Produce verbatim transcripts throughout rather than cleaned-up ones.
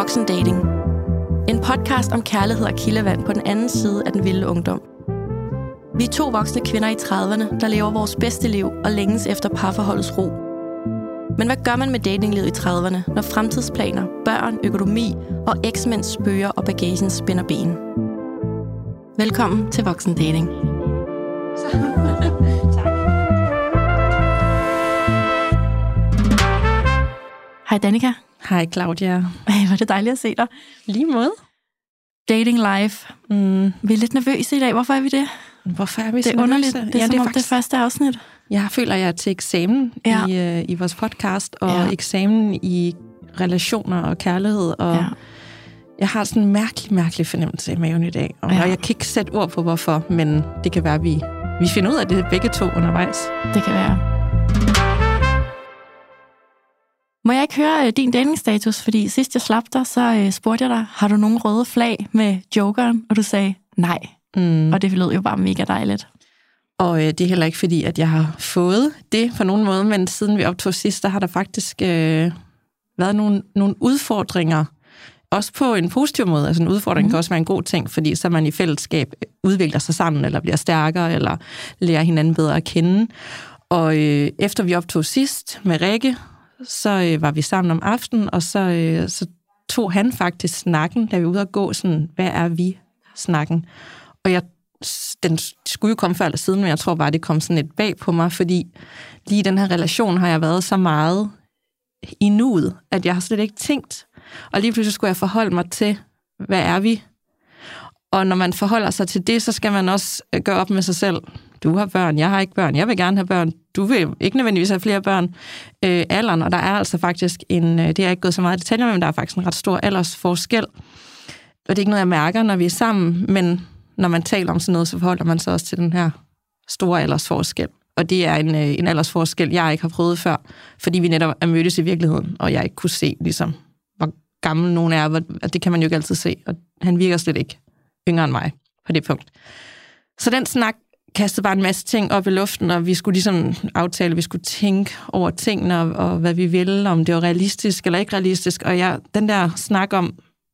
Voksen Dating. En podcast om kærlighed og kildevand på den anden side af den vilde ungdom. Vi er to voksne kvinder i trediverne, der lever vores bedste liv og længes efter parforholdets ro. Men hvad gør man med datinglivet i trediverne, når fremtidsplaner, børn, økonomi og eksmænd spøger og bagagen spænder ben? Velkommen til Voksen Dating. Hej Danika. Hej Claudia. Ej, var det dejligt at se dig. Lige måde. Dating live. Mm. Vi er lidt nervøse i dag. Hvorfor er vi det? Hvorfor er vi så Det er underligt. Det er ja, som det er om faktisk... det første afsnit. Jeg føler, at jeg er til eksamen ja. i, uh, i vores podcast, og ja. eksamen i relationer og kærlighed. Og ja. Jeg har sådan en mærkelig, mærkelig fornemmelse i maven i dag. Og, ja. og jeg kan ikke sætte ord på, hvorfor, men det kan være, at vi, vi finder ud af det begge to undervejs. Det kan være. Må jeg ikke høre din datingstatus? Fordi sidst jeg slap dig, så spurgte jeg dig, har du nogle røde flag med jokeren? Og du sagde nej. Mm. Og det lød jo bare mega dejligt. Og øh, det er heller ikke fordi, at jeg har fået det på nogen måde, men siden vi optog sidst, der har der faktisk øh, været nogle, nogle udfordringer. Også på en positiv måde. Altså en udfordring mm. kan også være en god ting, fordi så man i fællesskab udvikler sig sammen, eller bliver stærkere, eller lærer hinanden bedre at kende. Og øh, efter vi optog sidst med Rikke, så øh, var vi sammen om aftenen, og så, øh, så tog han faktisk snakken, da vi var ude at gå sådan, hvad er vi snakken? Og jeg, den skulle jo komme før eller siden, men jeg tror bare, det kom sådan lidt bag på mig, fordi lige i den her relation har jeg været så meget i nuet, at jeg har slet ikke tænkt. Og lige pludselig skulle jeg forholde mig til, hvad er vi? Og når man forholder sig til det, så skal man også gøre op med sig selv. Du har børn, jeg har ikke børn, jeg vil gerne have børn, du vil ikke nødvendigvis have flere børn. Øh, alderen, og der er altså faktisk en, det er ikke gået så meget i detaljer, men der er faktisk en ret stor aldersforskel. Og det er ikke noget, jeg mærker, når vi er sammen, men når man taler om sådan noget, så forholder man sig også til den her store aldersforskel. Og det er en, en aldersforskel, jeg ikke har prøvet før, fordi vi netop er mødtes i virkeligheden, og jeg ikke kunne se, ligesom, hvor gammel nogen er, hvor, det kan man jo ikke altid se, og han virker slet ikke yngre end mig på det punkt. Så den snak kastede bare en masse ting op i luften, og vi skulle ligesom aftale, at vi skulle tænke over tingene, og, og hvad vi ville, om det var realistisk eller ikke realistisk, og jeg, den der snak om,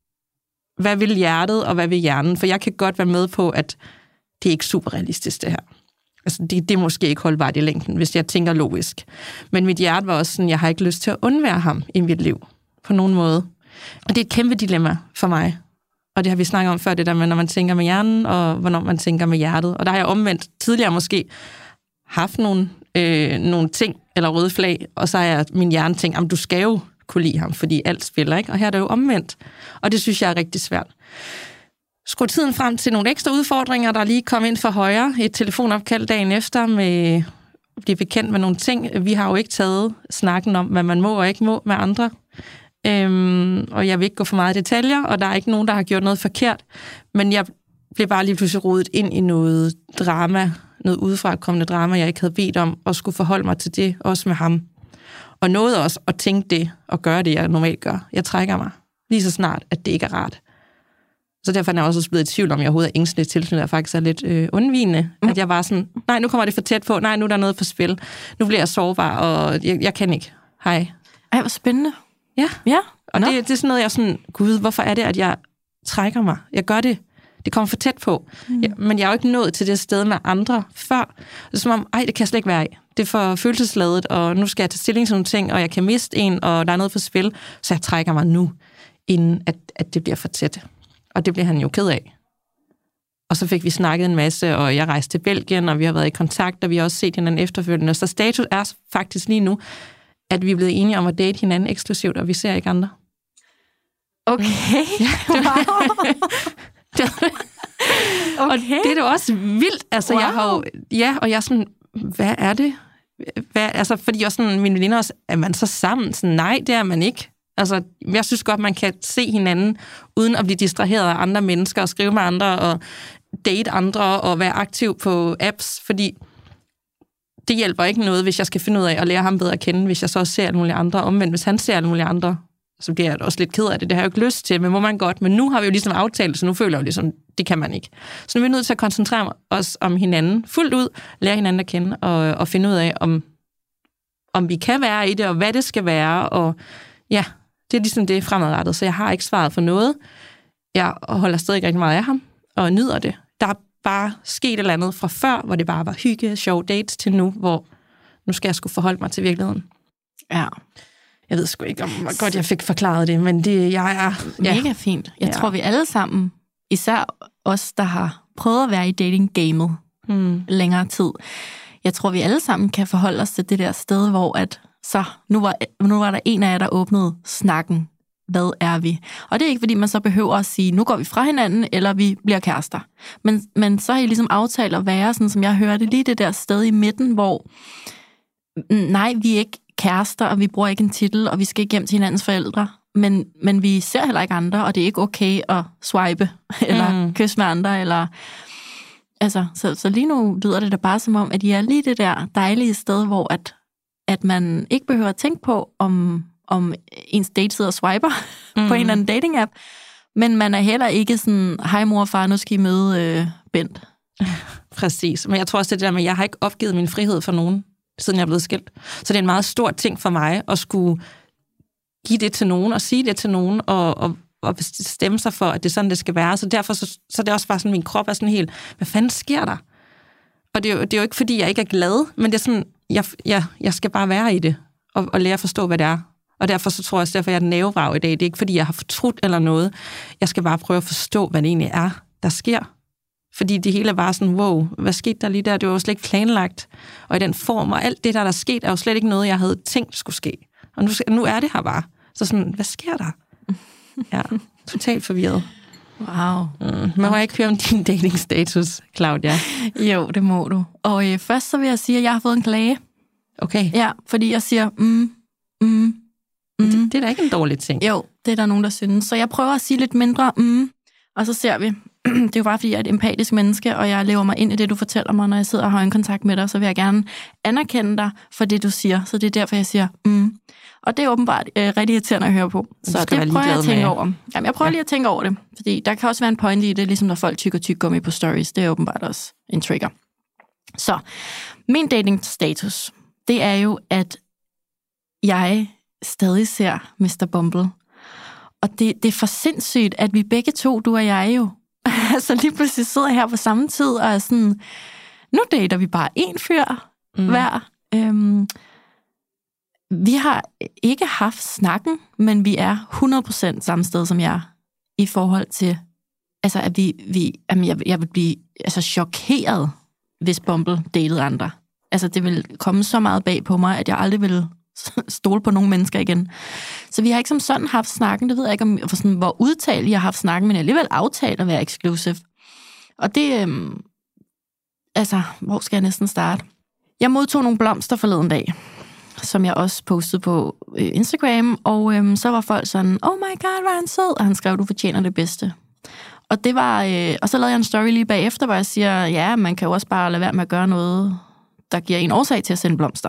hvad vil hjertet, og hvad vil hjernen, for jeg kan godt være med på, at det er ikke super realistisk, det her. Altså, det, det er måske ikke holdbart i længden, hvis jeg tænker logisk. Men mit hjerte var også sådan, jeg har ikke lyst til at undvære ham i mit liv, på nogen måde. Og det er et kæmpe dilemma for mig. Og det har vi snakket om før, det der med, når man tænker med hjernen, og hvornår man tænker med hjertet. Og der har jeg omvendt tidligere måske haft nogle, øh, nogle ting, eller røde flag, og så har jeg min hjerne tænkt, at du skal jo kunne lide ham, fordi alt spiller, ikke? Og her er det jo omvendt. Og det synes jeg er rigtig svært. Skru tiden frem til nogle ekstra udfordringer, der lige kom ind fra højre. Et telefonopkald dagen efter med at blive bekendt med nogle ting. Vi har jo ikke taget snakken om, hvad man må og ikke må med andre. Øhm, og jeg vil ikke gå for meget i detaljer, og der er ikke nogen, der har gjort noget forkert. Men jeg blev bare lige pludselig rodet ind i noget drama, noget udefrakommende drama, jeg ikke havde bedt om, og skulle forholde mig til det, også med ham. Og nåede også at tænke det, og gøre det, jeg normalt gør. Jeg trækker mig lige så snart, at det ikke er rart. Så derfor er jeg også blevet i tvivl om, jeg overhovedet er ængstelig tilknyttet, jeg faktisk er lidt øh, undvigende. Mm. At jeg var sådan, nej, nu kommer det for tæt på, nej, nu er der noget på spil. Nu bliver jeg sårbar, og jeg, jeg kan ikke. Hej. Ej, hvor spændende. Ja, ja. Og det, det er sådan noget, jeg er sådan, gud, hvorfor er det, at jeg trækker mig? Jeg gør det. Det kommer for tæt på. Mm. Ja, men jeg er jo ikke nået til det sted med andre før. Det er som om, ej, det kan jeg slet ikke være i. Det er for følelsesladet, og nu skal jeg tage stilling til nogle ting, og jeg kan miste en, og der er noget på spil, så jeg trækker mig nu, inden at, at det bliver for tæt. Og det blev han jo ked af. Og så fik vi snakket en masse, og jeg rejste til Belgien, og vi har været i kontakt, og vi har også set hinanden efterfølgende. Så status er faktisk lige nu, at vi er blevet enige om at date hinanden eksklusivt, og vi ser ikke andre. Okay. Ja, det var, det, okay. Og det er jo også vildt. Altså, wow. jeg har jo, ja, og jeg er sådan, hvad er det? Hvad, altså, fordi også sådan, mine veninder også, er man så sammen? Sådan, nej, det er man ikke. Altså, jeg synes godt, man kan se hinanden, uden at blive distraheret af andre mennesker, og skrive med andre, og date andre, og være aktiv på apps, fordi det hjælper ikke noget, hvis jeg skal finde ud af at lære ham bedre at kende, hvis jeg så også ser alle mulige andre. Omvendt, hvis han ser alle mulige andre, så bliver jeg også lidt ked af det. Det har jeg jo ikke lyst til, men må man godt. Men nu har vi jo ligesom aftalt, så nu føler jeg jo ligesom, det kan man ikke. Så nu er vi nødt til at koncentrere os om hinanden fuldt ud, lære hinanden at kende, og, og finde ud af, om, om vi kan være i det, og hvad det skal være, og ja, Det er ligesom det fremadrettet, så jeg har ikke svaret for noget. Jeg holder stadig rigtig meget af ham, og nyder det. Der er bare sket et eller andet fra før, hvor det bare var hygge, sjove dates, til nu, hvor nu skal jeg skulle forholde mig til virkeligheden. Ja. Jeg ved sgu ikke, om hvor godt jeg fik forklaret det, men det jeg er... Ja. Mega fint. Jeg ja. tror, vi alle sammen, især os, der har prøvet at være i dating-gamet hmm. længere tid, jeg tror, vi alle sammen kan forholde os til det der sted, hvor at så nu var, nu var der en af jer, der åbnede snakken. Hvad er vi? Og det er ikke, fordi man så behøver at sige, nu går vi fra hinanden, eller vi bliver kærester. Men, men så har I ligesom aftalt at være, sådan som jeg hørte, lige det der sted i midten, hvor nej, vi er ikke kærester, og vi bruger ikke en titel, og vi skal ikke hjem til hinandens forældre. Men, men vi ser heller ikke andre, og det er ikke okay at swipe, eller mm. kysse med andre, eller... Altså, så, så lige nu lyder det da bare som om, at I er lige det der dejlige sted, hvor at, at man ikke behøver at tænke på, om, om ens date sidder og swiper mm. på en eller anden dating-app, men man er heller ikke sådan, hej mor og far, nu skal I møde øh, Bent. Præcis, men jeg tror også, det der med, at jeg har ikke opgivet min frihed for nogen, siden jeg er blevet skilt. Så det er en meget stor ting for mig, at skulle give det til nogen, og sige det til nogen, og, og og bestemme sig for, at det er sådan, det skal være. Så derfor så, så er det også bare sådan, min krop er sådan helt, hvad fanden sker der? Og det er jo, det er jo ikke, fordi jeg ikke er glad, men det er sådan, jeg, jeg, jeg skal bare være i det, og, og lære at forstå, hvad det er. Og derfor så tror jeg også, derfor jeg er den nævevrag i dag. Det er ikke, fordi jeg har fortrudt eller noget. Jeg skal bare prøve at forstå, hvad det egentlig er, der sker. Fordi det hele er bare sådan, wow, hvad skete der lige der? Det var jo slet ikke planlagt. Og i den form, og alt det, der er sket, er jo slet ikke noget, jeg havde tænkt skulle ske. Og nu, nu er det her bare. Så sådan, hvad sker der? Ja, totalt forvirret. Wow. Mm, man må ikke høre om din dating-status, Claudia. Jo, det må du. Og øh, først så vil jeg sige, at jeg har fået en klage. Okay. Ja, fordi jeg siger, mm, mm, mm. Det, det er da ikke en dårlig ting. Jo, det er der nogen, der synes. Så jeg prøver at sige lidt mindre, mm, og så ser vi. Det er jo bare, fordi jeg er et empatisk menneske, og jeg lever mig ind i det, du fortæller mig, når jeg sidder og har en kontakt med dig, så vil jeg gerne anerkende dig for det, du siger. Så det er derfor, jeg siger, mm. Og det er åbenbart øh, rigtig irriterende at høre på. Så det prøver jeg at tænke over. Jamen, jeg prøver ja. lige at tænke over det, fordi der kan også være en point i det, ligesom når folk tykker tyggegummi på stories. Det er åbenbart også en trigger. Så min dating status, det er jo, at jeg stadig ser mister Bumble. Og det, det er for sindssygt, at vi begge to, du og jeg jo, altså lige pludselig sidder her på samme tid og er sådan, nu dater vi bare én fyr mm. hver. Øhm, vi har ikke haft snakken, men vi er hundrede procent samme sted som jeg i forhold til, altså at vi, vi jamen jeg, jeg vil blive altså chokeret, hvis Bumble datede andre. Altså det vil komme så meget bag på mig, at jeg aldrig vil stole på nogle mennesker igen. Så vi har ikke som sådan haft snakken. Det ved jeg ikke, om for sådan, hvor udtalt jeg har haft snakken, men jeg alligevel aftalt at være exclusive. Og det, øhm, altså, hvor skal jeg næsten starte? Jeg modtog nogle blomster forleden dag, som jeg også postede på øh, Instagram, og øhm, så var folk sådan, oh my god, hvor er han sød, og han skrev, du fortjener det bedste. Og det var, øh, og så lavede jeg en story lige bagefter, hvor jeg siger, ja, man kan jo også bare lade være med at gøre noget, der giver en årsag til at sende blomster.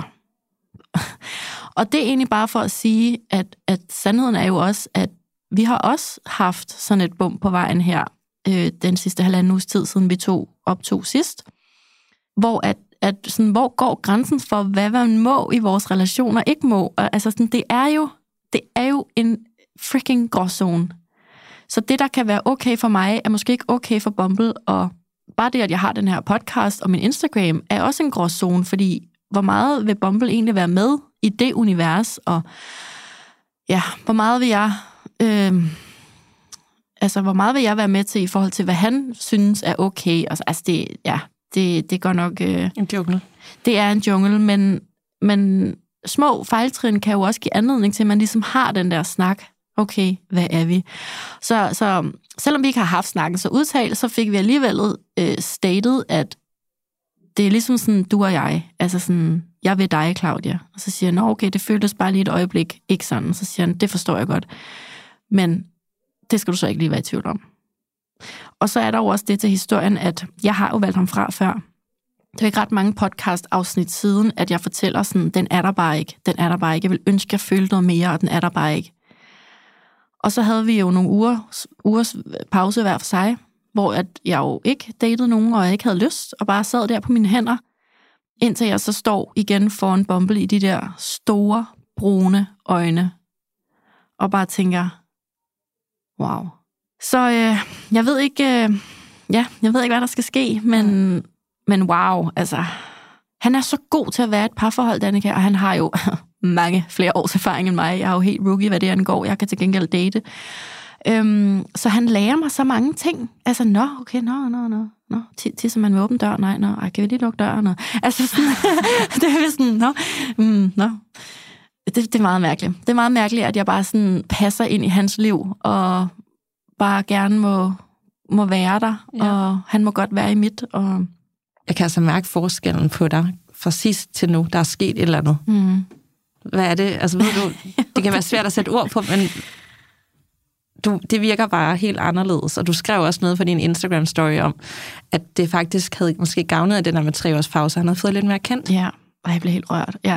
Og det er egentlig bare for at sige, at, at sandheden er jo også, at vi har også haft sådan et bump på vejen her, øh, den sidste halvanden uges tid, siden vi to optog sidst, hvor at, at sådan, hvor går grænsen for, hvad man må i vores relationer ikke må? Og, altså sådan, det er jo, det er jo en freaking gråzone. Så det, der kan være okay for mig, er måske ikke okay for Bumble, og bare det, at jeg har den her podcast og min Instagram, er også en gråzone, fordi hvor meget vil Bumble egentlig være med i det univers, og ja, hvor meget vil jeg, øh, altså hvor meget vil jeg være med til i forhold til, hvad han synes er okay. Altså, altså det, ja, det, det går nok... Øh, en jungle. Det er en jungle, men, men små fejltrin kan jo også give anledning til, at man ligesom har den der snak. Okay, hvad er vi? Så, så selvom vi ikke har haft snakken så udtalt, så fik vi alligevel øh, stated, at det er ligesom sådan, du og jeg, altså sådan, jeg vil dig, Claudia. Og så siger han, okay, det føltes bare lige et øjeblik, ikke sådan. Så siger han, det forstår jeg godt. Men det skal du så ikke lige være i tvivl om. Og så er der jo også det til historien, at jeg har jo valgt ham fra før. Det er ikke ret mange podcast-afsnit siden, at jeg fortæller sådan, den er der bare ikke, den er der bare ikke. Jeg vil ønske, jeg følte noget mere, og den er der bare ikke. Og så havde vi jo nogle uger, ugers pause hver for sig, hvor at jeg jo ikke datede nogen, og jeg ikke havde lyst, og bare sad der på mine hænder, indtil jeg så står igen foran Bumble i de der store, brune øjne. og bare tænker, wow. Så øh, jeg ved ikke, øh, ja, jeg ved ikke, hvad der skal ske, men, men wow, altså, han er så god til at være et parforhold, Danika, og han har jo mange flere års erfaring end mig. Jeg er jo helt rookie, hvad det angår. Jeg kan til gengæld date. Øhm, så han lærer mig så mange ting. Altså, nå, okay, nå, nå, nå, nå. Tisser man med åben dør? Nej, nå, ej, kan vi lige lukke døren? Nå. Altså, sådan, det er sådan, nå, mm, nå. Det, det er meget mærkeligt. Det er meget mærkeligt, at jeg bare sådan passer ind i hans liv, og bare gerne må, må være der, ja. Og han må godt være i mit. Og... Jeg kan altså mærke forskellen på dig fra sidst til nu. Der er sket et eller andet. Mm. Hvad er det? Altså, ved du, det kan være svært at sætte ord på, men du, det virker bare helt anderledes. Og du skrev også noget på din Instagram-story om, at det faktisk havde måske gavnet af den der med tre års pause. Han havde fået lidt mere kendt. Ja, og jeg blev helt rørt. Ja.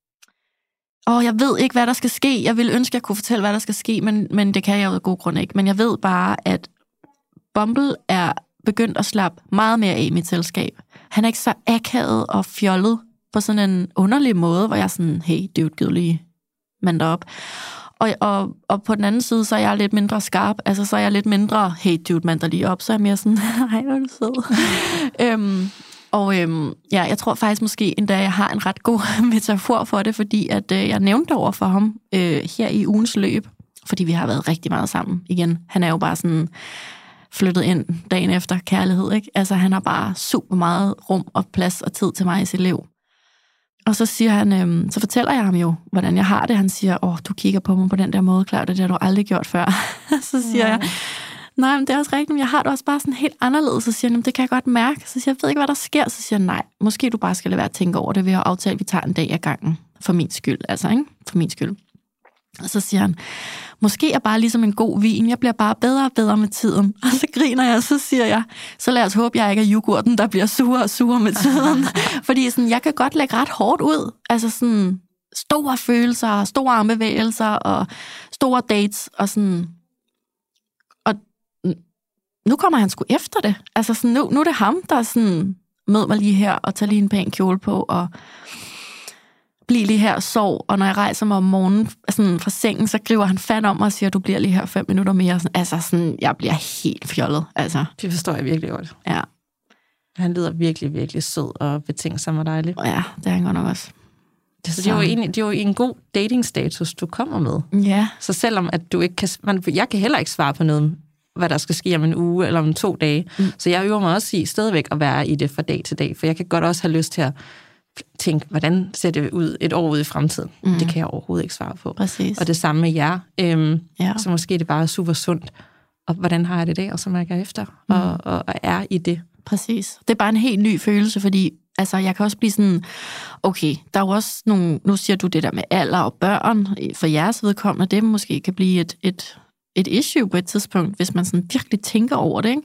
Og jeg ved ikke, hvad der skal ske. Jeg ville ønske, at jeg kunne fortælle, hvad der skal ske, men, men det kan jeg jo af god grund ikke. Men jeg ved bare, at Bumble er begyndt at slappe meget mere af i mit selskab. Han er ikke så akavet og fjollet på sådan en underlig måde, hvor jeg er sådan, hey, det er jo et givet mand derop. Og, og, og på den anden side, så er jeg lidt mindre skarp. Altså, så er jeg lidt mindre, hey, dude, mand der lige op. Så er jeg mere sådan, hej, hvor er du sød. øhm, og øhm, ja, jeg tror faktisk måske endda, jeg har en ret god metafor for det, fordi at øh, jeg nævnte over for ham øh, her i ugens løb, fordi vi har været rigtig meget sammen igen. Han er jo bare sådan flyttet ind dagen efter kærlighed, ikke? Altså, han har bare super meget rum og plads og tid til mig i sit liv. Og så siger han, øhm, så fortæller jeg ham jo, hvordan jeg har det. Han siger, åh, du kigger på mig på den der måde, Claudia, det har du aldrig gjort før. Så siger ja. jeg, nej, men det er også rigtigt, men jeg har det også bare sådan helt anderledes. Så siger han, det kan jeg godt mærke. Så siger jeg, jeg ved ikke, hvad der sker. Så siger han, nej, måske du bare skal lade være at tænke over det. Vi har aftalt, at vi tager en dag ad gangen. For min skyld, altså, ikke? For min skyld. Og så siger han, måske er bare ligesom en god vin. Jeg bliver bare bedre og bedre med tiden. Og så griner jeg, og så siger jeg, så lad os håbe, jeg ikke er yoghurten, der bliver surere og surere med tiden. Fordi sådan, jeg kan godt lægge ret hårdt ud. Altså sådan store følelser, store armbevægelser og store dates. Og sådan. Og nu kommer han sgu efter det. Altså sådan, nu, nu er det ham, der sådan, mød mig lige her og tager lige en pæn kjole på og bliv lige her og sov, og når jeg rejser mig om morgenen sådan fra sengen, så griber han fat om mig og siger, du bliver lige her fem minutter mere. Sådan, altså sådan, jeg bliver helt fjollet. Altså. Det forstår jeg virkelig godt. Ja. Han lyder virkelig, virkelig sød og betænksom og dejlig. Ja, det er han godt nok også. Det, så det er jo en, det er jo en god datingstatus, du kommer med. Ja. Så selvom at du ikke kan... Man, jeg kan heller ikke svare på noget, hvad der skal ske om en uge eller om to dage. Mm. Så jeg øver mig også i stadigvæk at være i det fra dag til dag, for jeg kan godt også have lyst til at tænke, hvordan ser det ud et år ude i fremtiden? Mm. Det kan jeg overhovedet ikke svare på. Præcis. Og det samme med jer. Øhm, ja. Så måske er det bare super sundt. Og hvordan har jeg det der? Og så mærker jeg efter. Mm. Og, og, og er i det. Præcis. Det er bare en helt ny følelse, fordi altså, jeg kan også blive sådan, okay, der er jo også nogle, nu siger du det der med alder og børn, for jeres vedkommende, det måske kan blive et, et, et issue på et tidspunkt, hvis man sådan virkelig tænker over det, ikke?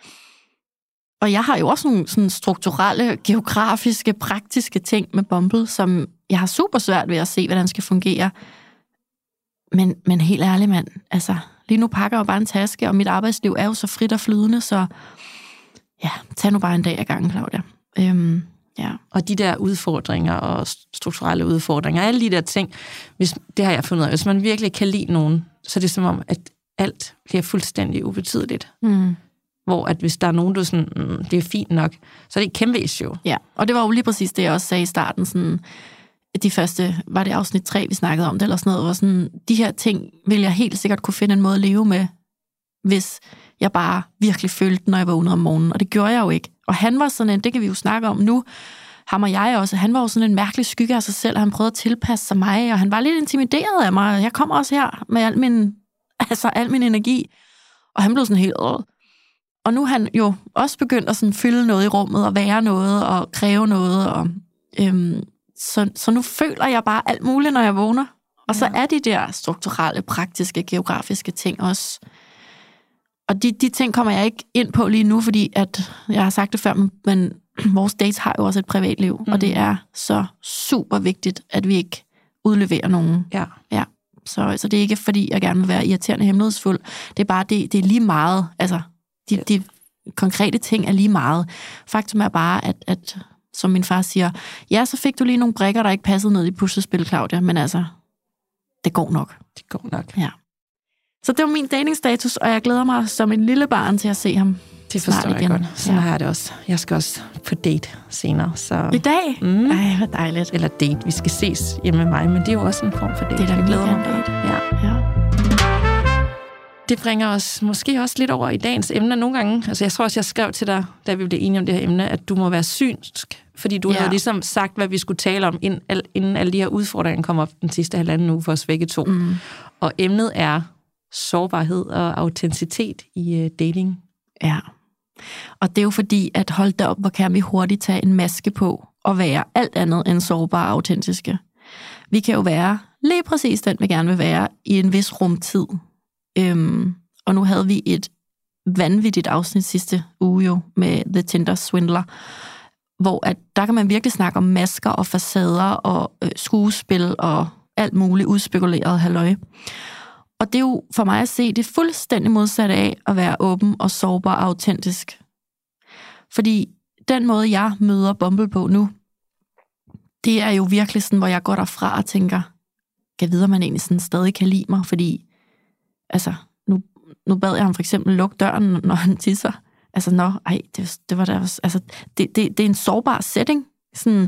Og jeg har jo også nogle sådan strukturelle, geografiske, praktiske ting med Bumble, som jeg har super svært ved at se, hvordan skal fungere. Men, men helt ærligt, mand, altså, lige nu pakker jeg jo bare en taske, og mit arbejdsliv er jo så frit og flydende, så ja, tag nu bare en dag ad gangen, Claudia. Øhm, ja. Og de der udfordringer og strukturelle udfordringer, alle de der ting, hvis, det har jeg fundet ud af, hvis man virkelig kan lide nogen, så er det som om, at alt bliver fuldstændig ubetydeligt. Mm. Hvor at hvis der er nogen, du sådan, mm, det er fint nok, så er det et kæmpe issue. Ja, og det var jo lige præcis det, jeg også sagde i starten, sådan, de første, var det afsnit tre, vi snakkede om det, eller sådan noget, hvor sådan, de her ting vil jeg helt sikkert kunne finde en måde at leve med, hvis jeg bare virkelig følte, når jeg vågnede om morgenen, og det gjorde jeg jo ikke. Og han var sådan en, det kan vi jo snakke om nu, ham og jeg også, han var jo sådan en mærkelig skygge af sig selv, og han prøvede at tilpasse sig mig, og han var lidt intimideret af mig, og jeg kommer også her med al min, altså al min energi, og han blev sådan helt, åh. Og nu er han jo også begyndt at sådan fylde noget i rummet, og være noget, og kræve noget, og øhm, så, så nu føler jeg bare alt muligt, når jeg vågner. Og så er de der strukturelle, praktiske, geografiske ting også. Og de, de ting kommer jeg ikke ind på lige nu, fordi at, jeg har sagt det før, men vores dates har jo også et privatliv, mm. og det er så super vigtigt, at vi ikke udleverer nogen. Ja. Ja. Så, så det er ikke, fordi jeg gerne vil være irriterende hemmelighedsfuld. Det er bare, det, det er lige meget, altså, de, de konkrete ting er lige meget. Faktum er bare, at, at som min far siger, ja, så fik du lige nogle brikker, der ikke passede ned i puslespil, Claudia, men altså, det går nok. Det går nok. Ja. Så det var min datingstatus, og jeg glæder mig som en lille barn til at se ham. Det forstår jeg igen. godt. Sådan ja. har jeg det også. Jeg skal også på date senere. Så... I dag? Mm. Ej, hvor dejligt. Eller date. Vi skal ses hjemme med mig, men det er jo også en form for date. Det er da jeg glæder mig date. Ja. ja. Det bringer os måske også lidt over i dagens emne nogle gange. Altså jeg tror også, jeg skrev til dig, da vi blev enige om det her emne, at du må være synsk, fordi du ja. havde ligesom sagt, hvad vi skulle tale om, inden alle de her udfordringer kom op den sidste halvanden uge for os begge to. Mm. Og emnet er sårbarhed og autenticitet i uh, dating. Ja, og det er jo fordi, at hold da op, hvor kan vi hurtigt tage en maske på og være alt andet end sårbare og autentiske. Vi kan jo være lige præcis den, vi gerne vil være i en vis rumtid. Øhm, og nu havde vi et vanvittigt afsnit sidste uge jo med The Tinder Swindler, hvor at der kan man virkelig snakke om masker og facader og øh, skuespil og alt muligt udspekuleret halløj. Og det er jo for mig at se det fuldstændig modsatte af at være åben og sårbar og autentisk. Fordi den måde, jeg møder Bumble på nu, det er jo virkelig sådan, hvor jeg går derfra og tænker, kan jeg vide, om man egentlig sådan stadig kan lide mig, fordi altså, nu, nu bad jeg ham for eksempel lukke døren, når han tisser. Altså, nå, ej, det, det var da også, altså, det, det, det er en sårbar setting, sådan,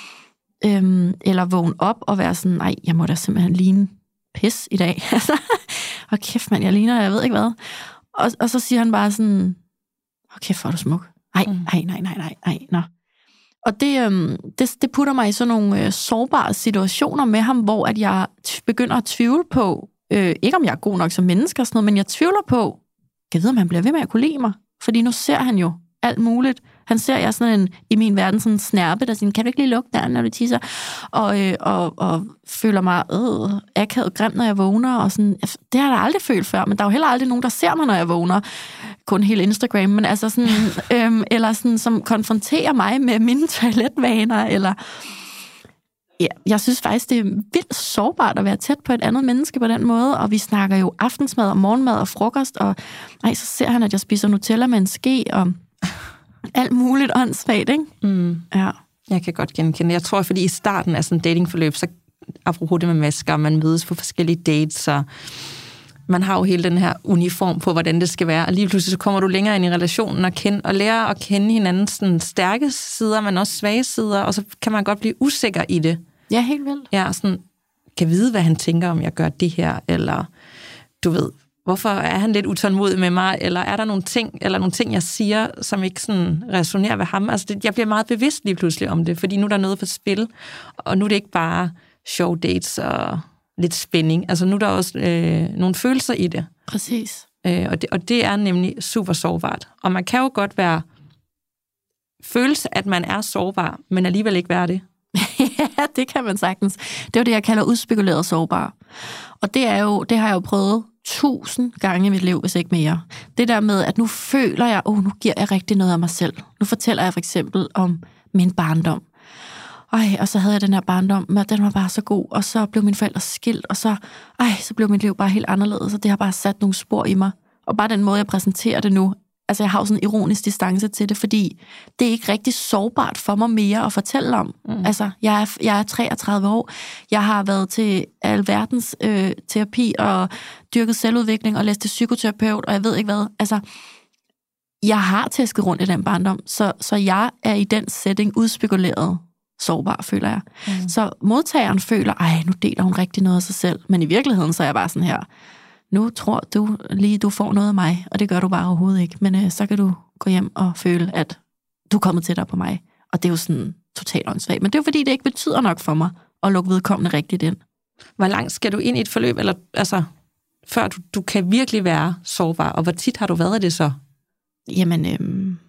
øhm, eller vågne op og være sådan, ej, jeg må da simpelthen ligne pis i dag. Altså, og kæft, mand, jeg ligner, jeg ved ikke hvad. Og, og så siger han bare sådan, åh, kæft, hvor er du smuk. Ej, ej, nej, nej, nej, nej, nå. Og det, øhm, det, det putter mig i sådan nogle øh, sårbare situationer med ham, hvor at jeg t- begynder at tvivle på, øh, ikke om jeg er god nok som menneske og sådan noget, men jeg tvivler på, kan jeg vide, om han bliver ved med at kunne lide mig? Fordi nu ser han jo alt muligt. Han ser jeg sådan en, i min verden, sådan en snærpe, der siger, kan du ikke lige lukke døren, når du tisser? Og, øh, og, og føler mig øh, akavet grim, når jeg vågner. Og sådan, det har jeg da aldrig følt før, men der er jo heller aldrig nogen, der ser mig, når jeg vågner. Kun hele Instagram, men altså sådan, øh, eller sådan, som konfronterer mig med mine toiletvaner, eller... Ja, jeg synes faktisk, det er vildt sårbart at være tæt på et andet menneske på den måde, og vi snakker jo aftensmad og morgenmad og frokost, og ej, så ser han, at jeg spiser Nutella med en ske, og alt muligt åndssvagt, ikke? Mm. Ja. Jeg kan godt genkende. Jeg tror, fordi i starten af sådan en datingforløb, så apropos det med masker, man mødes på forskellige dates, så man har jo hele den her uniform på, hvordan det skal være, og lige pludselig så kommer du længere ind i relationen og, kende, og lærer at kende hinandens sådan stærke sider, men også svage sider, og så kan man godt blive usikker i det. Ja, helt vildt. Ja, sådan, kan vide, hvad han tænker, om jeg gør det her, eller du ved, hvorfor er han lidt utålmodig med mig, eller er der nogle ting, eller nogle ting, jeg siger, som ikke sådan resonerer ved ham. Altså, det, jeg bliver meget bevidst lige pludselig om det, fordi nu er der noget på spil, og nu er det ikke bare show dates og lidt spænding. Altså, nu er der også øh, nogle følelser i det. Præcis. Øh, og, det, og det er nemlig super sårbart. Og man kan jo godt være følelse, at man er sårbar, men alligevel ikke være det. Ja, det kan man sagtens. Det er jo det, jeg kalder udspekuleret sårbar. Og det er jo, det har jeg jo prøvet tusind gange i mit liv, hvis ikke mere. Det der med, at nu føler jeg, åh, oh, nu giver jeg rigtig noget af mig selv. Nu fortæller jeg for eksempel om min barndom. Ej, og så havde jeg den her barndom, men den var bare så god, og så blev mine forældre skilt, og så, ej, så blev mit liv bare helt anderledes, og det har bare sat nogle spor i mig. Og bare den måde, jeg præsenterer det nu, altså jeg har jo sådan en ironisk distance til det, fordi det er ikke rigtig sårbart for mig mere at fortælle om. Mm. Altså, jeg er, jeg er treogtredive år, jeg har været til alverdens øh, terapi og dyrket selvudvikling og læst til psykoterapeut, og jeg ved ikke hvad. Altså, jeg har tæsket rundt i den barndom, så, så jeg er i den setting udspekuleret sårbar, føler jeg. Mm. Så modtageren føler, ej, nu deler hun rigtig noget af sig selv, men i virkeligheden så er jeg bare sådan her, nu tror du lige, du får noget af mig, og det gør du bare overhovedet ikke. Men øh, så kan du gå hjem og føle, at du er kommet tættere på mig. Og det er jo sådan totalt åndssvagt. Men det er jo fordi, det ikke betyder nok for mig at lukke vedkommende rigtigt ind. Hvor langt skal du ind i et forløb, eller altså, før du, du kan virkelig være sårbar? Og hvor tit har du været af det så? Jamen, øhm,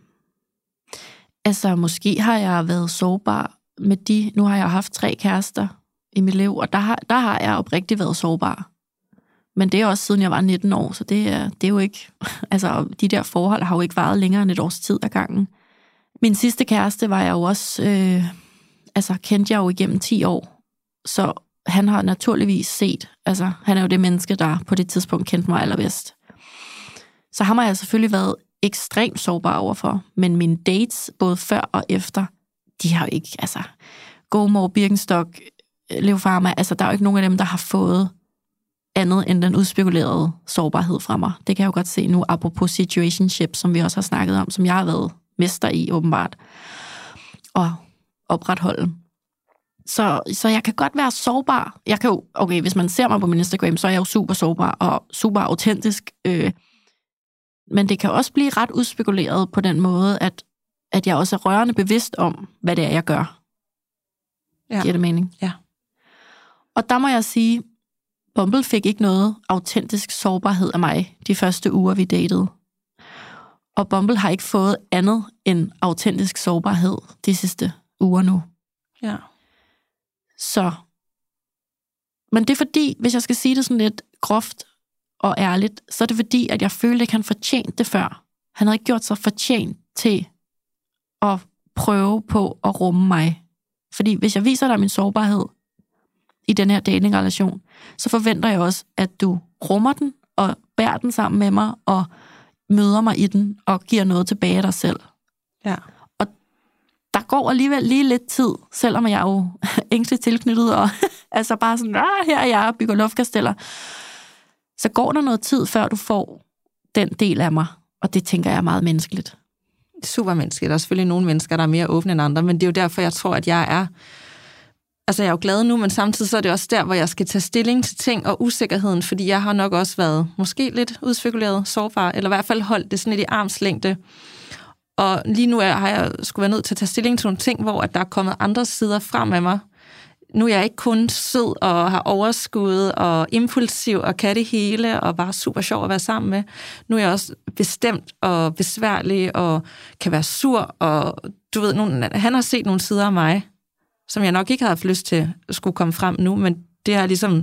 altså måske har jeg været sårbar med de, nu har jeg haft tre kærester i mit liv, og der har, der har jeg oprigtigt været sårbar. Men det er også siden jeg var nitten år, så det er, det er jo ikke... Altså, de der forhold har jo ikke varet længere end et års tid ad gangen. Min sidste kæreste var jeg jo også... Øh, altså, kendte jeg jo igennem ti år. Så han har naturligvis set... Altså, han er jo det menneske, der på det tidspunkt kendte mig allerbedst. Så ham har jeg selvfølgelig været ekstremt sårbar overfor. Men mine dates, både før og efter, de har jo ikke... Altså, GoMore, Birkenstock, Leo Pharma... Altså, der er jo ikke nogen af dem, der har fået... andet end den udspekulerede sårbarhed fra mig. Det kan jeg jo godt se nu, apropos situationship, som vi også har snakket om, som jeg har været mester i, åbenbart, og opretholde. Så, så jeg kan godt være sårbar. Jeg kan jo, okay, hvis man ser mig på min Instagram, så er jeg jo super sårbar og super autentisk. Øh, men det kan også blive ret udspekuleret på den måde, at, at jeg også er rørende bevidst om, hvad det er, jeg gør. Ja. Giver det mening? Ja. Og der må jeg sige, Bumble fik ikke noget autentisk sårbarhed af mig de første uger, vi datede. Og Bumble har ikke fået andet end autentisk sårbarhed de sidste uger nu. Ja. Så. Men det er fordi, hvis jeg skal sige det sådan lidt groft og ærligt, så er det fordi, at jeg følte, at han fortjente det før. Han havde ikke gjort sig fortjent til at prøve på at rumme mig. Fordi hvis jeg viser dig min sårbarhed i den her datingrelation, så forventer jeg også, at du rummer den og bærer den sammen med mig og møder mig i den og giver noget tilbage af dig selv. Ja. Og der går alligevel lige lidt tid, selvom jeg er jo ængstligt tilknyttet og altså bare sådan, her er jeg og bygger luftkasteller. Så går der noget tid, før du får den del af mig, og det tænker jeg er meget menneskeligt. Super menneskeligt. Der er selvfølgelig nogle mennesker, der er mere åbne end andre, men det er jo derfor, jeg tror, at jeg er altså jeg er jo glad nu, men samtidig så er det også der, hvor jeg skal tage stilling til ting og usikkerheden, fordi jeg har nok også været måske lidt udspekuleret, sårbar, eller i hvert fald holdt det sådan lidt i armslængde. Og lige nu er, har jeg skulle være nødt til at tage stilling til nogle ting, hvor at der er kommet andre sider frem af mig. Nu er jeg ikke kun sød og har overskud og impulsiv og kan det hele og bare super sjov at være sammen med. Nu er jeg også bestemt og besværlig og kan være sur. Og du ved, nogle, han har set nogle sider af mig, som jeg nok ikke havde haft lyst til at skulle komme frem nu, men det er ligesom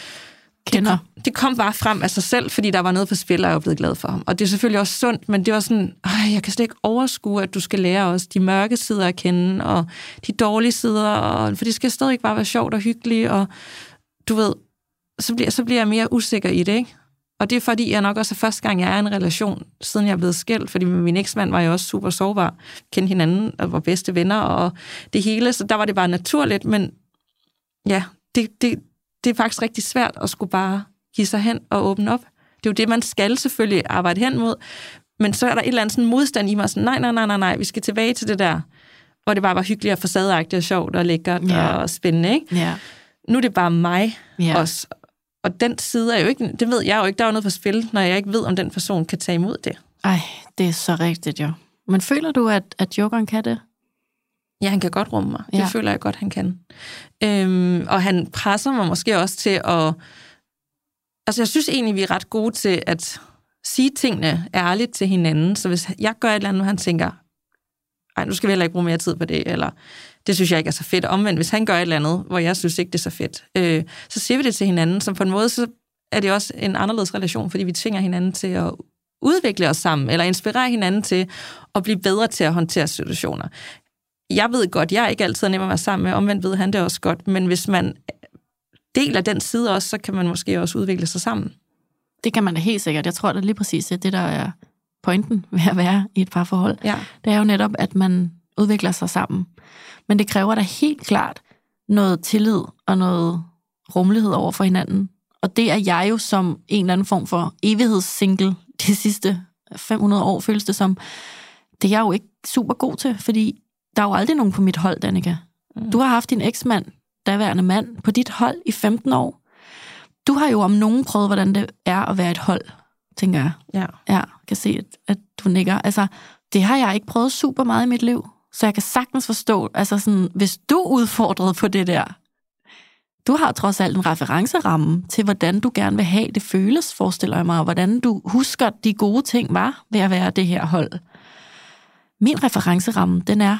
kender. Det, det kom bare frem af sig selv, fordi der var noget på spil, og jeg er blevet glad for ham. Og det er selvfølgelig også sundt, men det var sådan, øh, jeg kan slet ikke overskue, at du skal lære os de mørke sider at kende, og de dårlige sider, og, for det skal stadig bare være sjovt og hyggeligt, og du ved, så bliver, så bliver jeg mere usikker i det, ikke? Og det er fordi, jeg nok også er første gang, jeg er i en relation, siden jeg er blevet skilt, fordi min eksmand var jo også super sårbar, kendte hinanden og var bedste venner, og det hele, så der var det bare naturligt, men ja, det, det, det er faktisk rigtig svært at skulle bare give sig hen og åbne op. Det er jo det, man skal selvfølgelig arbejde hen mod, men så er der et eller andet sådan modstand i mig, sådan, nej, nej, nej, nej, nej, vi skal tilbage til det der, hvor det bare var hyggeligt og facadeagtigt og sjovt og lækkert ja. og spændende, ikke? Ja. Nu er det bare mig ja. også. Og den side er jo ikke, det ved jeg jo ikke, der er jo noget på spil, når jeg ikke ved, om den person kan tage imod det. Ej, det er så rigtigt jo. Men føler du, at, at jokeren kan det? Ja, han kan godt rumme mig. Det ja. føler jeg godt, han kan. Øhm, og han presser mig måske også til at... Altså, jeg synes egentlig, vi er ret gode til at sige tingene ærligt til hinanden. Så hvis jeg gør et eller andet, og han tænker, ej, nu skal vi heller ikke bruge mere tid på det, eller det synes jeg ikke er så fedt. Omvendt, hvis han gør et eller andet, hvor jeg synes ikke, det er så fedt, øh, så siger vi det til hinanden. Så på en måde, så er det også en anderledes relation, fordi vi tvinger hinanden til at udvikle os sammen, eller inspirere hinanden til at blive bedre til at håndtere situationer. Jeg ved godt, jeg er ikke altid nem at være sammen med, omvendt ved han det også godt, men hvis man deler den side også, så kan man måske også udvikle sig sammen. Det kan man da helt sikkert. Jeg tror, det er lige præcis det, der er pointen ved at være i et parforhold. Ja. Det er jo netop, at man udvikler sig sammen. Men det kræver da helt klart noget tillid og noget rummelighed over for hinanden. Og det er jeg jo som en eller anden form for evighedssingle de sidste fem hundrede år, føles det som. Det er jeg jo ikke super god til, fordi der er jo aldrig nogen på mit hold, Danika. Mm. Du har haft din eksmand, daværende mand, på dit hold i femten år. Du har jo om nogen prøvet, hvordan det er at være et hold, tænker jeg. Ja. Ja, kan se, at, at du nikker. Altså, det har jeg ikke prøvet super meget i mit liv, så jeg kan sagtens forstå, altså sådan, hvis du er udfordret på det der, du har trods alt en referenceramme til, hvordan du gerne vil have det føles, forestiller jeg mig, og hvordan du husker, de gode ting var ved at være det her hold. Min referenceramme, den er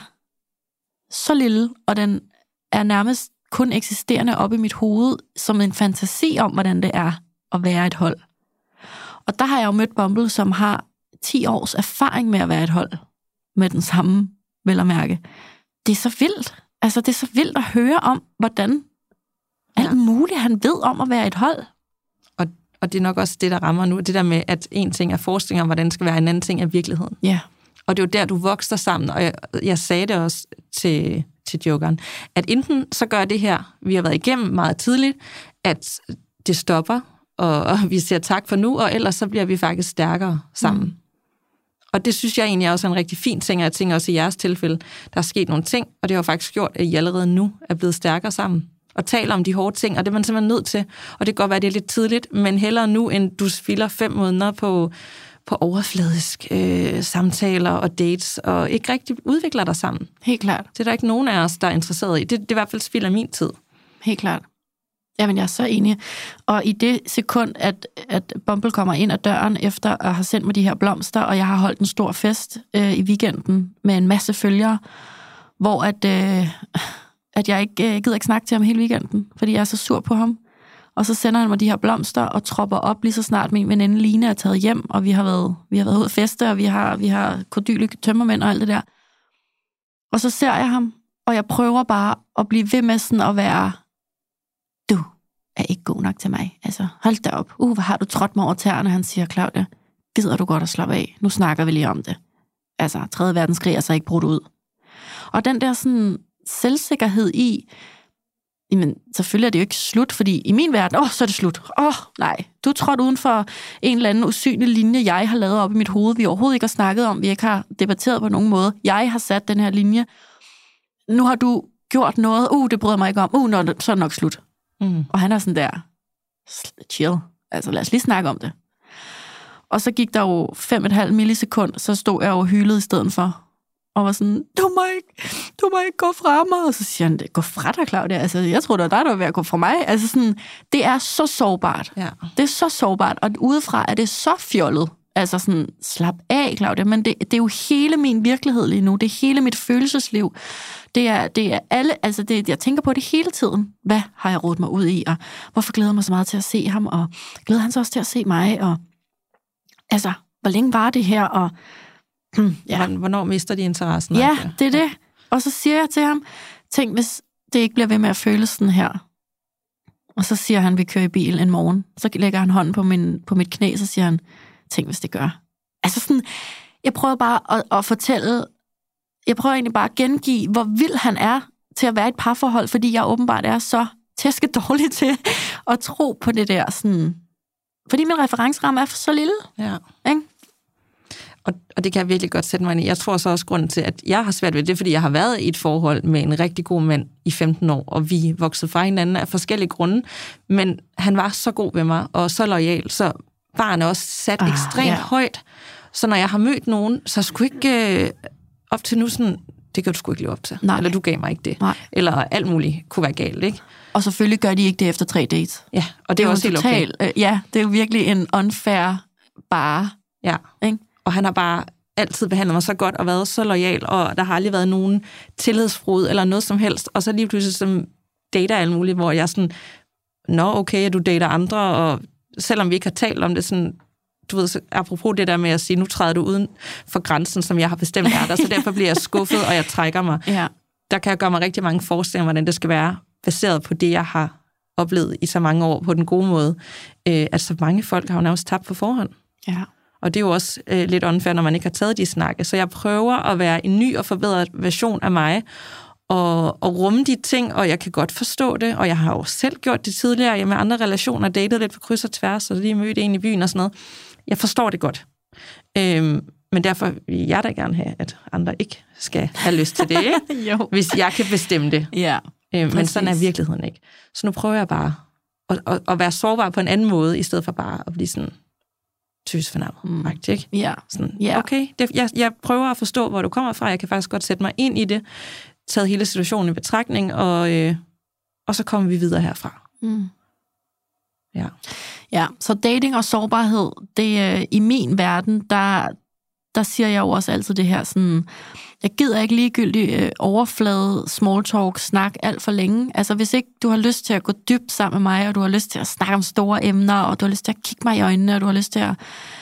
så lille, og den er nærmest kun eksisterende op i mit hoved, som en fantasi om, hvordan det er at være et hold. Og der har jeg jo mødt Bumble, som har ti års erfaring med at være et hold, med den samme, vel at mærke. Det er så vildt. Altså, det er så vildt at høre om, hvordan alt ja. muligt han ved om at være et hold. Og, og det er nok også det, der rammer nu, det der med, at en ting er forestilling om, hvordan det skal være, en anden ting er virkeligheden. Ja. Og det er jo der, du vokser sammen, og jeg, jeg sagde det også til, til jokeren, at enten så gør det her, vi har været igennem meget tidligt, at det stopper, og, og vi siger tak for nu, og ellers så bliver vi faktisk stærkere sammen. Mm. Og det synes jeg egentlig også er en rigtig fin ting, og jeg tænker også i jeres tilfælde, der er sket nogle ting, og det har faktisk gjort, at I allerede nu er blevet stærkere sammen. Og taler om de hårde ting, og det er man simpelthen nødt til. Og det kan godt være, det er lidt tidligt, men hellere nu, end du spilder fem måneder på, på overfladisk øh, samtaler og dates, og ikke rigtig udvikler dig sammen. Helt klart. Det er der ikke nogen af os, der er interesseret i. Det, det er i hvert fald spilder min tid. Helt klart. Jamen, jeg er så enig. Og i det sekund, at, at Bumble kommer ind ad døren efter at have sendt mig de her blomster, og jeg har holdt en stor fest øh, i weekenden med en masse følgere, hvor at, øh, at jeg ikke øh, gider ikke snakke til ham hele weekenden, fordi jeg er så sur på ham. Og så sender han mig de her blomster og tropper op lige så snart min veninde Line er taget hjem, og vi har været, vi har været ude at feste, og vi har, vi har kodyle tømmermænd og alt det der. Og så ser jeg ham, og jeg prøver bare at blive ved med sådan at være, du er ikke god nok til mig. Altså, hold da op. Uh, hvor har du trådt mig over tæerne, han siger, Claudia, gider du godt at slappe af? Nu snakker vi lige om det. Altså, tredje verdenskrig er så ikke brudt ud. Og den der sådan selvsikkerhed i, jamen, selvfølgelig er det jo ikke slut, fordi i min verden, åh, oh, så er det slut. Åh, oh, nej, du er trådt uden for en eller anden usynlig linje, jeg har lavet op i mit hoved, vi overhovedet ikke har snakket om, vi ikke har debatteret på nogen måde. Jeg har sat den her linje. Nu har du gjort noget, uh, det bryder mig ikke om, uh, nå, så er det nok slut. Mm. Og han er sådan der, chill, altså lad os lige snakke om det. Og så gik der jo fem og et halvt millisekund, så stod jeg jo hyldet i stedet for, og var sådan, du må ikke, du må ikke gå fra mig. Og så siger han, gå fra dig, Claudia. Altså, jeg tror, det var dig, der var ved at gå fra mig. Altså sådan, det er så sårbart. Ja. Det er så sårbart, og udefra er det så fjollet. Altså sådan, slap af, Claudia, men det, det er jo hele min virkelighed lige nu. Det er hele mit følelsesliv. Det er, det er alle, altså det, jeg tænker på det hele tiden. Hvad har jeg rodet mig ud i, og hvorfor glæder jeg mig så meget til at se ham, og glæder han så også til at se mig, og altså, hvor længe var det her, og ja. Hvornår mister de interessen? Ja, det er det. Og så siger jeg til ham, tænk, hvis det ikke bliver ved med at føles sådan her. Og så siger han, vi kører i bil en morgen. Så lægger han hånden på, min, på mit knæ, så siger han, tænk, hvis det gør. Altså sådan, jeg prøver bare at, at fortælle, jeg prøver egentlig bare at gengive, hvor vild han er til at være i et parforhold, fordi jeg åbenbart er så tæske dårlig til at tro på det der sådan. Fordi min referenceramme er for så lille. Ja. Ikke? Og, og det kan jeg virkelig godt sætte mig ind i. Jeg tror så også grunden til, at jeg har svært ved det, fordi jeg har været i et forhold med en rigtig god mand i femten år, og vi voksede fra hinanden af forskellige grunde, men han var så god ved mig, og så loyal, så var han også sat ah, ekstremt ja. højt. Så når jeg har mødt nogen, så skulle ikke øh, op til nu sådan, det kan du sgu ikke leve op til. Nej. Eller du gav mig ikke det. Nej. Eller alt muligt kunne være galt, ikke? Og selvfølgelig gør de ikke det efter tre dates. Ja, og det, det er også helt okay. Øh, ja, det er jo virkelig en unfair bare. Ja, ikke? Og han har bare altid behandlet mig så godt og været så loyal, og der har aldrig været nogen tillidsbrud eller noget som helst. Og så lige pludselig som dater alt muligt, hvor jeg sådan, nå okay, du dater andre, og selvom vi ikke har talt om det, sådan, du ved, så apropos det der med at sige, nu træder du uden for grænsen, som jeg har bestemt er der, så derfor bliver jeg skuffet, og jeg trækker mig. Ja. Der kan jeg gøre mig rigtig mange forestillinger, hvordan det skal være, baseret på det, jeg har oplevet i så mange år, på den gode måde. Øh, at så mange folk har jo nærmest tabt på forhånd. Ja. Og det er jo også øh, lidt unfair, når man ikke har taget de snakke. Så jeg prøver at være en ny og forbedret version af mig, og, og rumme de ting, og jeg kan godt forstå det, og jeg har jo selv gjort det tidligere, jeg med andre relationer, datet lidt på kryds og tværs, og lige mødt en i byen og sådan noget. Jeg forstår det godt. Øhm, men derfor vil jeg da gerne have, at andre ikke skal have lyst til det, ikke? Jo. Hvis jeg kan bestemme det. Ja, øhm, men sådan er virkeligheden ikke. Så nu prøver jeg bare at, at, at være sårbar på en anden måde, i stedet for bare at blive sådan tøsfornærmet, mm. ikke? Ja. Sådan, ja. Okay, det, jeg, jeg prøver at forstå, hvor du kommer fra. Jeg kan faktisk godt sætte mig ind i det, taget hele situationen i betragtning, og, øh, og så kommer vi videre herfra. Mm. Ja. Ja, så dating og sårbarhed, det øh, i min verden, der, der siger jeg jo også altid det her sådan, jeg gider ikke ligegyldigt øh, overflade, small talk, snak alt for længe. Altså hvis ikke du har lyst til at gå dybt sammen med mig, og du har lyst til at snakke om store emner, og du har lyst til at kigge mig i øjnene, og du har lyst til at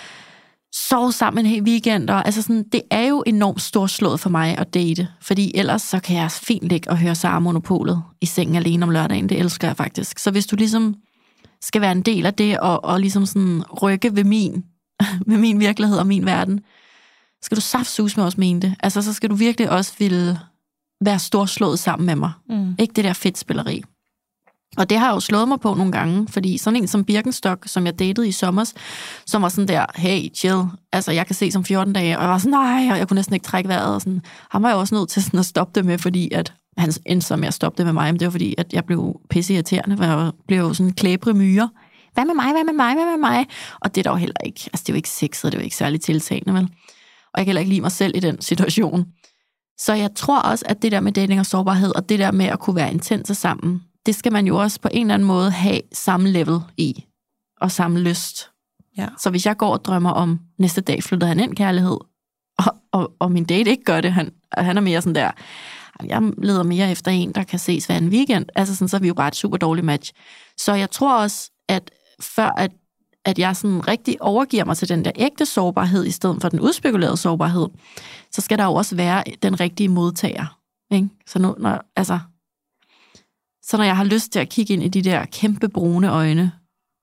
sove sammen en hel weekend, og altså sådan, det er jo enormt storslået for mig at date, fordi ellers så kan jeg fint ligge og høre Sara Monopolet i sengen alene om lørdagen, det elsker jeg faktisk. Så hvis du ligesom skal være en del af det, og, og ligesom sådan rykke ved min, ved min virkelighed og min verden, skal du saftsus med os mene det. Altså, så skal du virkelig også ville være storslået sammen med mig. Mm. Ikke det der fedt spilleri. Og det har jeg jo slået mig på nogle gange, fordi sådan en som Birkenstock, som jeg datede i sommers, som var sådan der, hey, chill, altså jeg kan se som fjorten dage, og jeg var sådan, nej, og jeg kunne næsten ikke trække vejret, og sådan, ham var jeg også nødt til sådan at stoppe det med, fordi at han endte så med at stoppe det med mig, men det var fordi, at jeg blev pisseirriterende, for jeg blev jo sådan klæbre myre. Hvad med mig, hvad med mig, hvad med mig? Og det er der jo heller ikke, altså det er jo ikke sexet, det er jo ikke særligt tiltagende, vel? Og jeg kan heller ikke lide mig selv i den situation. Så jeg tror også, at det der med dating og sårbarhed, og det der med at kunne være intense sammen, det skal man jo også på en eller anden måde have samme level i, og samme lyst. Ja. Så hvis jeg går og drømmer om, næste dag flytter han ind kærlighed, og, og, og min date ikke gør det, han, han er mere sådan der, jeg leder mere efter en, der kan ses hver en weekend, altså sådan, så er vi jo bare et super dårligt match. Så jeg tror også, at før at, at jeg sådan rigtig overgiver mig til den der ægte sårbarhed, i stedet for den udspekulerede sårbarhed, så skal der jo også være den rigtige modtager. Ikke? Så nu, når, altså, så når jeg har lyst til at kigge ind i de der kæmpe brune øjne,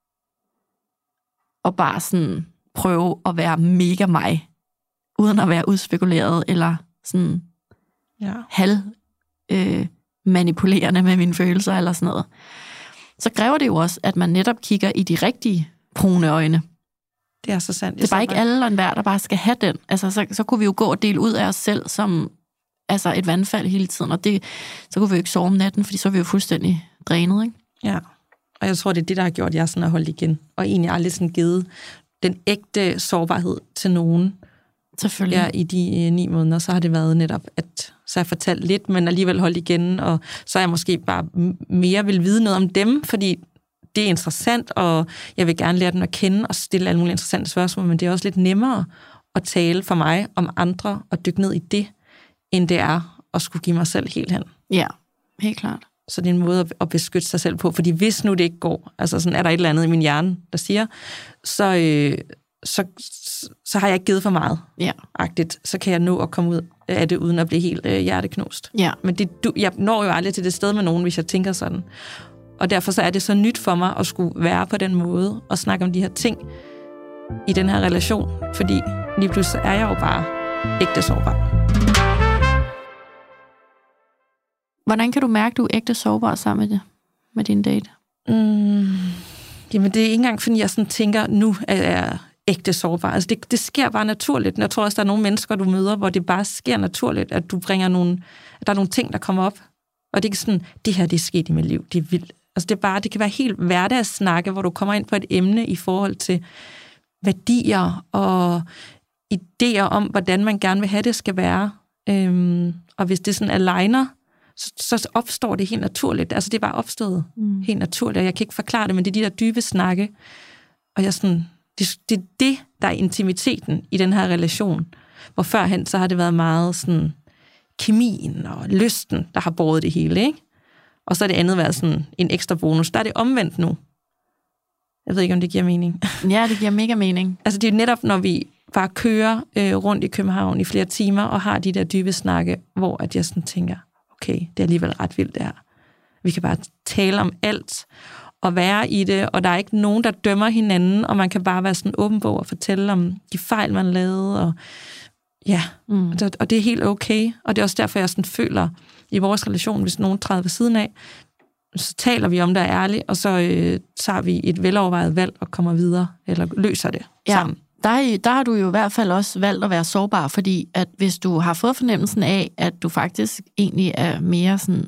og bare sådan prøve at være mega mig, uden at være udspekuleret, eller sådan ja. halv øh, manipulerende med mine følelser, eller sådan noget, så kræver det jo også, at man netop kigger i de rigtige brune øjne. Det er så sandt. Det er bare ikke alle og enhver, der bare skal have den. Altså, så, så kunne vi jo gå og dele ud af os selv som altså et vandfald hele tiden, og det, så kunne vi jo ikke sove om natten, fordi så er vi jo fuldstændig drænet, ikke? Ja, og jeg tror, det er det, der har gjort, at jeg sådan har holdt igen, og egentlig aldrig sådan givet den ægte sårbarhed til nogen. Selvfølgelig. Ja, i de øh, ni måneder, så har det været netop, at så har jeg fortalt lidt, men alligevel holdt igen, og så er jeg måske bare mere vil vide noget om dem, fordi det er interessant, og jeg vil gerne lære dem at kende og stille alle mulige interessante spørgsmål, men det er også lidt nemmere at tale for mig om andre og dykke ned i det, end det er at skulle give mig selv helt hen. Ja, helt klart. Så det er en måde at beskytte sig selv på, fordi hvis nu det ikke går, altså sådan er der et eller andet i min hjerne, der siger, så, øh, så, så har jeg ikke givet for meget. Ja. Agtigt, så kan jeg nå at komme ud af det, uden at blive helt øh, hjerteknust. Ja. Men det, du, jeg når jo aldrig til det sted med nogen, hvis jeg tænker sådan. Og derfor så er det så nyt for mig at skulle være på den måde og snakke om de her ting i den her relation, fordi lige pludselig er jeg jo bare ægte sårbar. Hvordan kan du mærke, at du er ægte sårbar sammen med, det, med din date? Mm, jamen, det er ikke engang, fordi jeg sådan tænker, nu er jeg ægte sårbar. Altså, det, det sker bare naturligt. Jeg tror også, der er nogle mennesker, du møder, hvor det bare sker naturligt, at du bringer nogle, at der er nogle ting, der kommer op. Og det er ikke sådan, det her, det er sket i mit liv, det er vildt. Altså, det er bare, det kan være helt hverdagssnakke, hvor du kommer ind på et emne i forhold til værdier og idéer om, hvordan man gerne vil have det skal være. Øhm, og hvis det sådan aligner, så, så opstår det helt naturligt. Altså, det er bare opstået mm. helt naturligt, og jeg kan ikke forklare det, men det er de der dybe snakke. Og jeg sådan, det, det er det, der er intimiteten i den her relation. Hvor førhen, så har det været meget sådan kemien og lysten, der har båret det hele, ikke? Og så er det andet været sådan en ekstra bonus. Der er det omvendt nu. Jeg ved ikke, om det giver mening. Ja, det giver mega mening. Altså, det er netop, når vi bare kører øh, rundt i København i flere timer, og har de der dybe snakke, hvor at jeg sådan tænker, okay, det er alligevel ret vildt det her. Vi kan bare tale om alt, og være i det, og der er ikke nogen, der dømmer hinanden, og man kan bare være sådan åben bog og fortælle om de fejl, man lavede, og ja, mm. og, og det er helt okay, og det er også derfor, jeg sådan føler i vores relation, hvis nogen træder ved siden af, så taler vi om det ærligt, og så øh, tager vi et velovervejet valg og kommer videre, eller løser det ja. sammen. Der, der har du jo i hvert fald også valgt at være sårbar, fordi at hvis du har fået fornemmelsen af, at du faktisk egentlig er mere sådan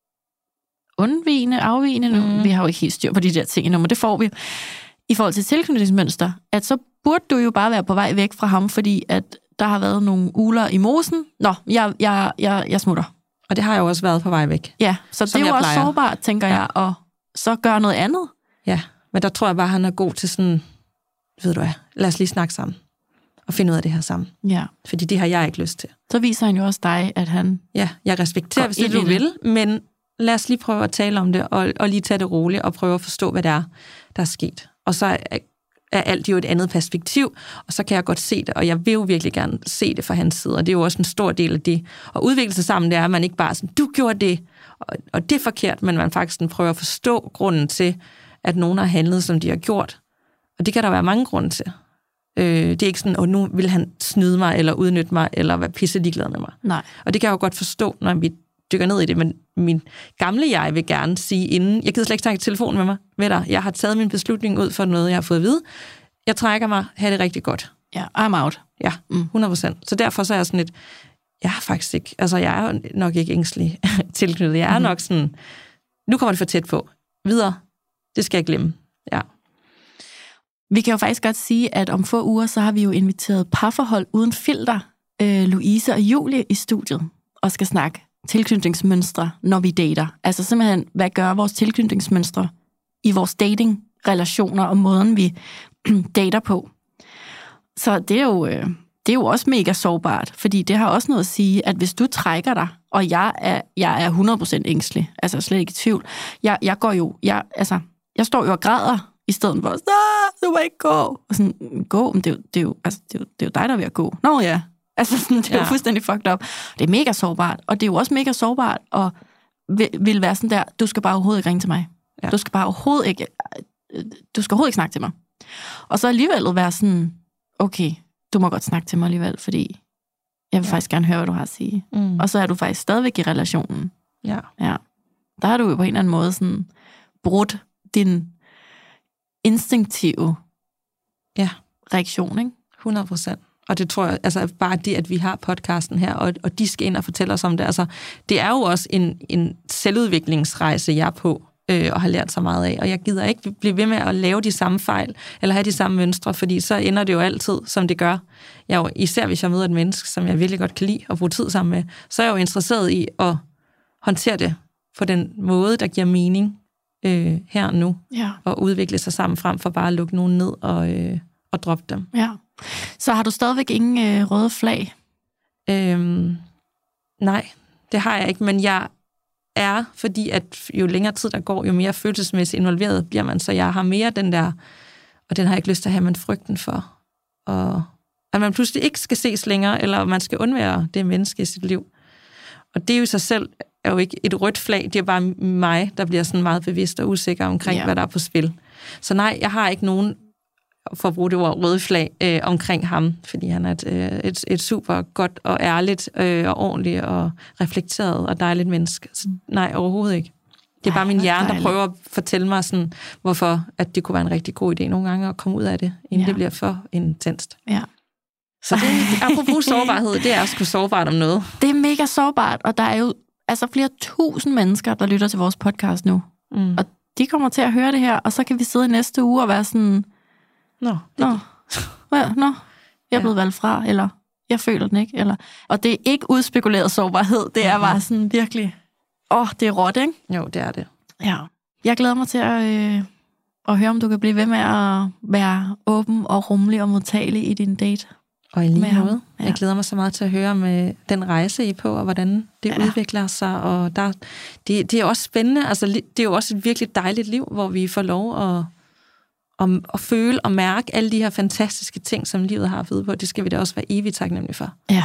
undvigende, afvigende nu, mm. vi har jo ikke helt styr på de der ting endnu, men det får vi, i forhold til tilknytningsmønster, at så burde du jo bare være på vej væk fra ham, fordi at der har været nogle uler i mosen. Nå, jeg, jeg, jeg, jeg smutter. Og det har jeg jo også været på vej væk. Ja, så det er jo også sårbart, tænker ja. jeg, og så gøre noget andet. Ja, men der tror jeg bare, at han er god til sådan, ved du hvad, lad os lige snakke sammen, og finde ud af det her sammen. Ja. Fordi det har jeg ikke lyst til. Så viser han jo også dig, at han... Ja, jeg respekterer, hvis det du vil, men lad os lige prøve at tale om det, og, og lige tage det roligt, og prøve at forstå, hvad det er, der er sket. Og så er, er alt jo et andet perspektiv, og så kan jeg godt se det, og jeg vil jo virkelig gerne se det fra hans side, og det er jo også en stor del af det. Og udvikle sig sammen, det er, at man ikke bare sådan, du gjorde det, og, og det er forkert, men man faktisk prøver at forstå grunden til, at nogen har handlet, som de har gjort. Og det kan der være mange grunde til. Øh, det er ikke sådan, at nu vil han snyde mig, eller udnytte mig, eller være pisse ligeglad med mig. Nej. Og det kan jeg jo godt forstå, når vi dykker ned i det, men min gamle jeg vil gerne sige inden, jeg gider slet ikke snakke i telefonen med mig, ved dig, jeg har taget min beslutning ud for noget, jeg har fået at vide, jeg trækker mig, have det rigtig godt. Ja, I'm out. Ja, hundrede procent. Så derfor så er jeg sådan lidt, jeg er faktisk ikke, altså jeg er nok ikke ængstelig tilknyttet, jeg er mm. nok sådan, nu kommer det for tæt på, videre, det skal jeg glemme, ja. Vi kan jo faktisk godt sige, at om få uger, så har vi jo inviteret parforhold uden filter, øh, Louise og Julie i studiet, og skal snakke tilknytningsmønstre, når vi dater. Altså simpelthen, hvad gør vores tilknytningsmønstre i vores dating-relationer og måden, vi dater på. Så det er jo, øh, det er jo også mega sårbart, fordi det har også noget at sige, at hvis du trækker dig, og jeg er, jeg er hundrede procent ængstelig, altså slet ikke i tvivl, jeg, jeg går jo, jeg, altså, jeg står jo og græder, i stedet for, du må ikke gå. Og sådan, gå, men det er, jo, det, er jo, altså, det, er jo, det er jo dig, der er ved at gå. Nå ja, altså sådan, det er ja. jo fuldstændig fucked up. Det er mega sårbart, og det er jo også mega sårbart, og vil, vil være sådan der, du skal bare overhovedet ikke ringe til mig. Ja. Du skal bare overhovedet ikke, du skal overhovedet ikke snakke til mig. Og så alligevel være sådan, okay, du må godt snakke til mig alligevel, fordi jeg vil ja. faktisk gerne høre, hvad du har at sige. Mm. Og så er du faktisk stadigvæk i relationen. Ja. ja. Der har du jo på en eller anden måde sådan brudt din instinktive ja. reaktion, ikke? hundrede procent. Og det tror jeg, altså bare det, at vi har podcasten her, og, og de skal ind og fortælle os om det, altså det er jo også en, en selvudviklingsrejse, jeg er på, øh, og har lært så meget af, og jeg gider ikke blive ved med at lave de samme fejl, eller have de samme mønstre, fordi så ender det jo altid, som det gør. Jeg jo, især hvis jeg møder et menneske, som jeg virkelig godt kan lide og bruge tid sammen med, så er jeg jo interesseret i at håndtere det på den måde, der giver mening øh, her og nu, ja. og udvikle sig sammen, frem for bare at lukke nogen ned og, øh, og droppe dem. Ja. Så har du stadigvæk ingen øh, røde flag? Øhm, nej, det har jeg ikke, men jeg er, fordi at jo længere tid der går, jo mere følelsesmæssigt involveret bliver man, så jeg har mere den der, og den har jeg ikke lyst til at have, man frygten for, og at man pludselig ikke skal ses længere, eller man skal undvære det menneske i sit liv. Og det er jo i sig selv er jo ikke et rødt flag, det er bare mig, der bliver sådan meget bevidst og usikker omkring, ja. hvad der er på spil. Så nej, jeg har ikke nogen, for at bruge det ord, røde flag øh, omkring ham, fordi han er et, øh, et, et super godt og ærligt øh, og ordentligt og reflekteret og dejligt menneske. Så nej, overhovedet ikke. Det er bare min hjerne, der prøver at fortælle mig, sådan, hvorfor at det kunne være en rigtig god idé nogle gange at komme ud af det, inden ja. det bliver for intenst. Ja. Så det, apropos sårbarhed, det er sgu sårbart om noget. Det er mega sårbart, og der er jo altså flere tusind mennesker, der lytter til vores podcast nu. Mm. Og de kommer til at høre det her, og så kan vi sidde i næste uge og være sådan, Nå, Nå, ja, nå, jeg er ja. blevet valgt fra, eller jeg føler den ikke. Eller, og det er ikke udspekuleret sårbarhed, det er bare sådan virkelig, åh, det er råt, ikke? Jo, det er det. Ja. Jeg glæder mig til at, øh, at høre, om du kan blive ved med at være åben og rummelig og modtagelig i din date. Og i lige måde. Ja. Jeg glæder mig så meget til at høre med den rejse, I er på, og hvordan det ja. udvikler sig. Og der, det, det er også spændende. Altså, det er jo også et virkelig dejligt liv, hvor vi får lov at, at, at føle og mærke alle de her fantastiske ting, som livet har at vide på. Det skal vi da også være evigt taknemmelige for. Ja.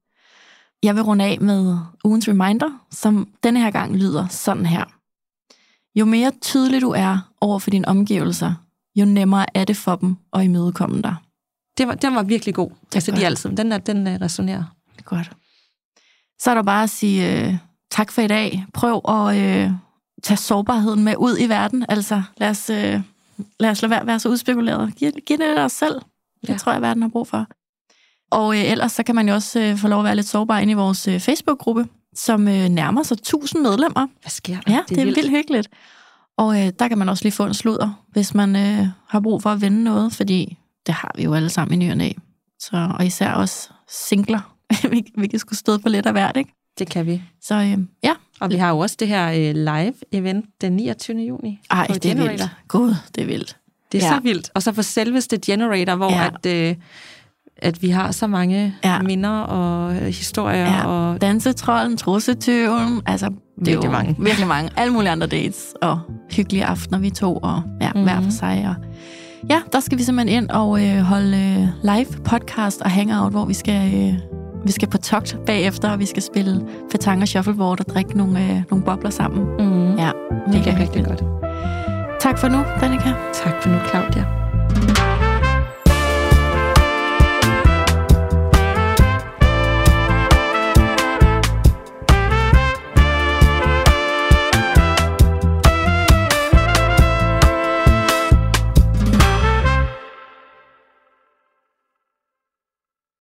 Jeg vil runde af med ugens reminder, som denne her gang lyder sådan her. Jo mere tydelig du er over for dine omgivelser, jo nemmere er det for dem at imødekomme dig. Det var, den var virkelig god. Altså, de altid. Den, der, den uh, resonerer. Godt. Så er der bare at sige uh, tak for i dag. Prøv at uh, tage sårbarheden med ud i verden. Altså, lad os, uh, lad os lade være, være så udspekuleret. Giv, giv det dig selv. Det ja. tror jeg, verden har brug for. Og uh, ellers så kan man jo også uh, få lov at være lidt sårbar inde i vores uh, Facebook-gruppe, som uh, nærmer sig tusind medlemmer. Hvad sker der? Ja, det er, det er vildt. vildt hyggeligt. Og uh, der kan man også lige få en sludder, hvis man uh, har brug for at vende noget, fordi det har vi jo alle sammen i ny og næ. Så, og især også singler. vi, vi kan sgu støde på lidt af hvert, ikke? Det kan vi. Så øh, ja. Og vi har jo også det her øh, live-event den niogtyvende juni. Ej, det er Generator. vildt. God, det er vildt. Det er ja. så vildt. Og så på selveste Generator, hvor ja. at, øh, at vi har så mange ja. minder og historier. Ja. Og dansetrollen, trussetyven, altså det er jo mange. virkelig mange. Alle mulige andre dates og hyggelige aftener, vi to, og ja, mm-hmm. hver for sig, og ja, der skal vi simpelthen ind og øh, holde øh, live podcast og hangout, hvor vi skal, øh, vi skal på togt bagefter, og vi skal spille petanque og shuffleboard og drikke nogle, øh, nogle bobler sammen. Mm. Ja, det er rigtig godt. Tak for nu, Danika. Tak for nu, Claudia.